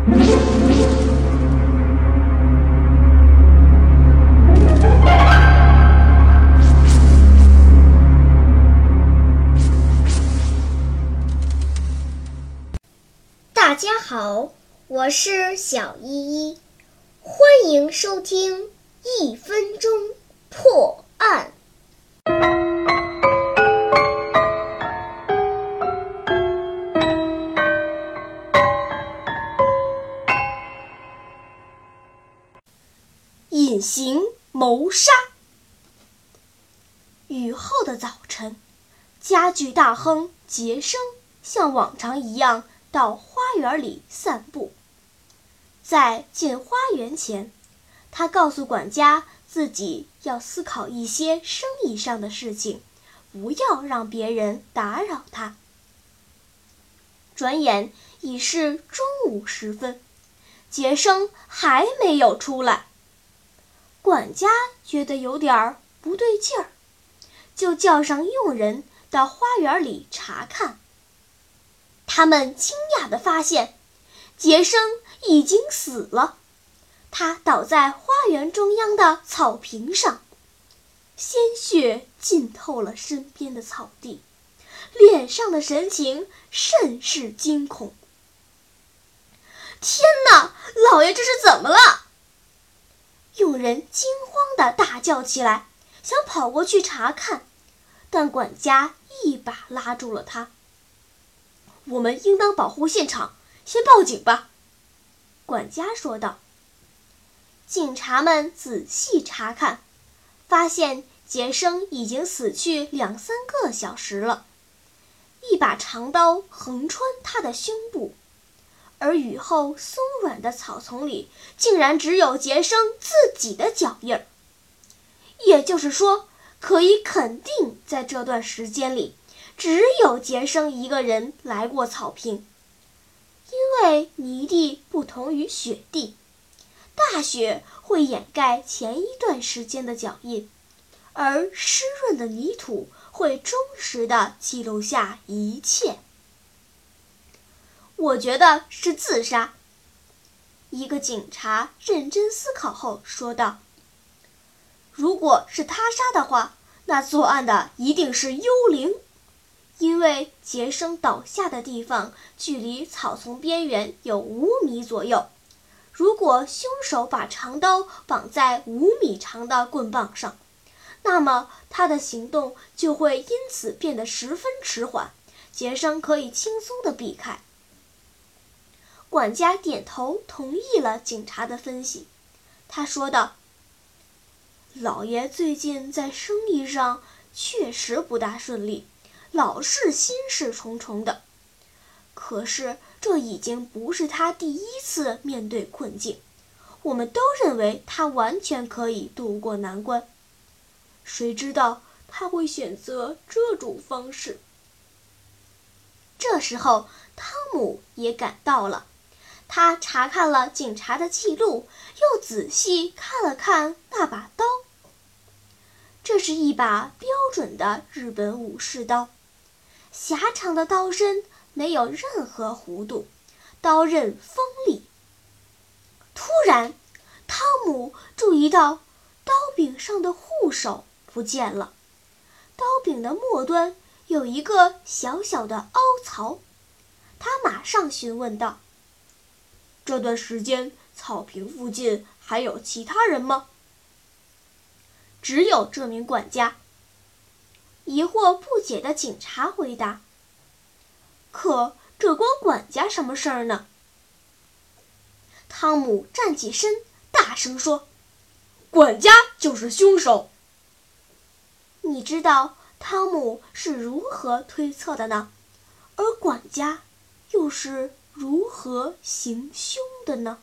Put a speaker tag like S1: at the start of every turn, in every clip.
S1: 大家好，我是小依依，欢迎收听1分钟破案。隐形谋杀。雨后的早晨，家具大亨杰生像往常一样到花园里散步。在进花园前，他告诉管家自己要思考一些生意上的事情，不要让别人打扰他。转眼已是中午时分，杰生还没有出来。管家觉得有点不对劲儿，就叫上佣人到花园里查看。他们惊讶地发现，杰生已经死了。他倒在花园中央的草坪上，鲜血浸透了身边的草地，脸上的神情甚是惊恐。天哪，老爷这是怎么了？佣人惊慌地大叫起来，想跑过去查看，但管家一把拉住了他。我们应当保护现场，先报警吧，管家说道。警察们仔细查看，发现杰生已经死去2-3个小时了。一把长刀横穿他的胸部，而雨后松软的草丛里竟然只有杰生自己的脚印儿。也就是说，可以肯定在这段时间里，只有杰生一个人来过草坪。因为泥地不同于雪地，大雪会掩盖前一段时间的脚印，而湿润的泥土会忠实地记录下一切。我觉得是自杀，一个警察认真思考后说道。如果是他杀的话，那作案的一定是幽灵，因为杰生倒下的地方距离草丛边缘有5米左右。如果凶手把长刀绑在5米长的棍棒上，那么他的行动就会因此变得十分迟缓，杰生可以轻松地避开。管家点头同意了警察的分析，他说道：老爷最近在生意上确实不大顺利，老是心事重重的。可是这已经不是他第一次面对困境，我们都认为他完全可以渡过难关。谁知道他会选择这种方式？这时候，汤姆也赶到了。他查看了警察的记录，又仔细看了看那把刀。这是一把标准的日本武士刀，狭长的刀身没有任何弧度，刀刃锋利。突然，汤姆注意到刀柄上的护手不见了，刀柄的末端有一个小小的凹槽。他马上询问道：这段时间草坪附近还有其他人吗？只有这名管家。疑惑不解的警察回答：可这关管家什么事儿呢？汤姆站起身，大声说：管家就是凶手。你知道汤姆是如何推测的呢？而管家又是如何行凶的呢？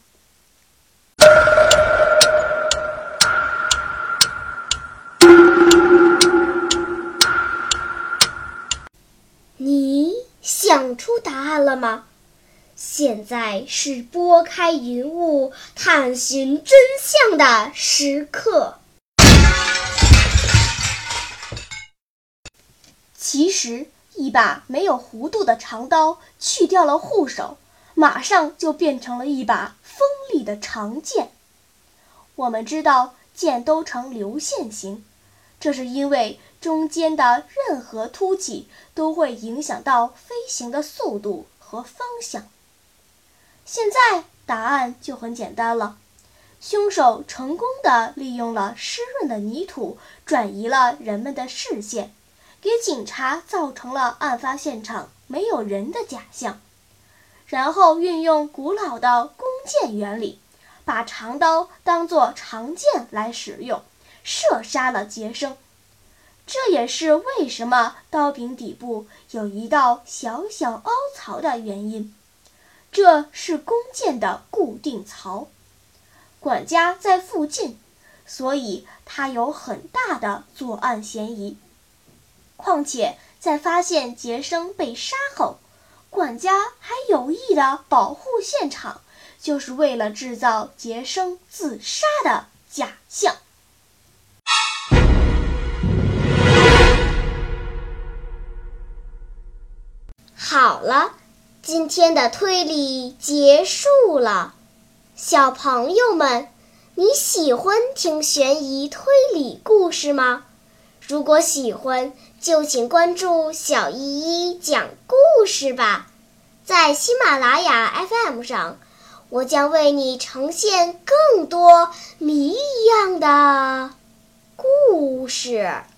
S1: 你想出答案了吗？现在是拨开云雾探寻真相的时刻。其实，一把没有弧度的长刀去掉了护手， 马上就变成了一把锋利的长剑。我们知道剑都呈流线型，这是因为中间的任何凸起都会影响到飞行的速度和方向。现在答案就很简单了，凶手成功地利用了湿润的泥土转移了人们的视线，给警察造成了案发现场没有人的假象，然后运用古老的弓箭原理，把长刀当作长剑来使用，射杀了杰生。这也是为什么刀柄底部有一道小小凹槽的原因，这是弓箭的固定槽。管家在附近，所以他有很大的作案嫌疑。况且在发现杰生被杀后，管家还有意地保护现场，就是为了制造杰生自杀的假象。
S2: 好了，今天的推理结束了。小朋友们，你喜欢听悬疑推理故事吗？如果喜欢，就请关注小依依讲故事吧。在喜马拉雅 FM 上，我将为你呈现更多谜一样的故事。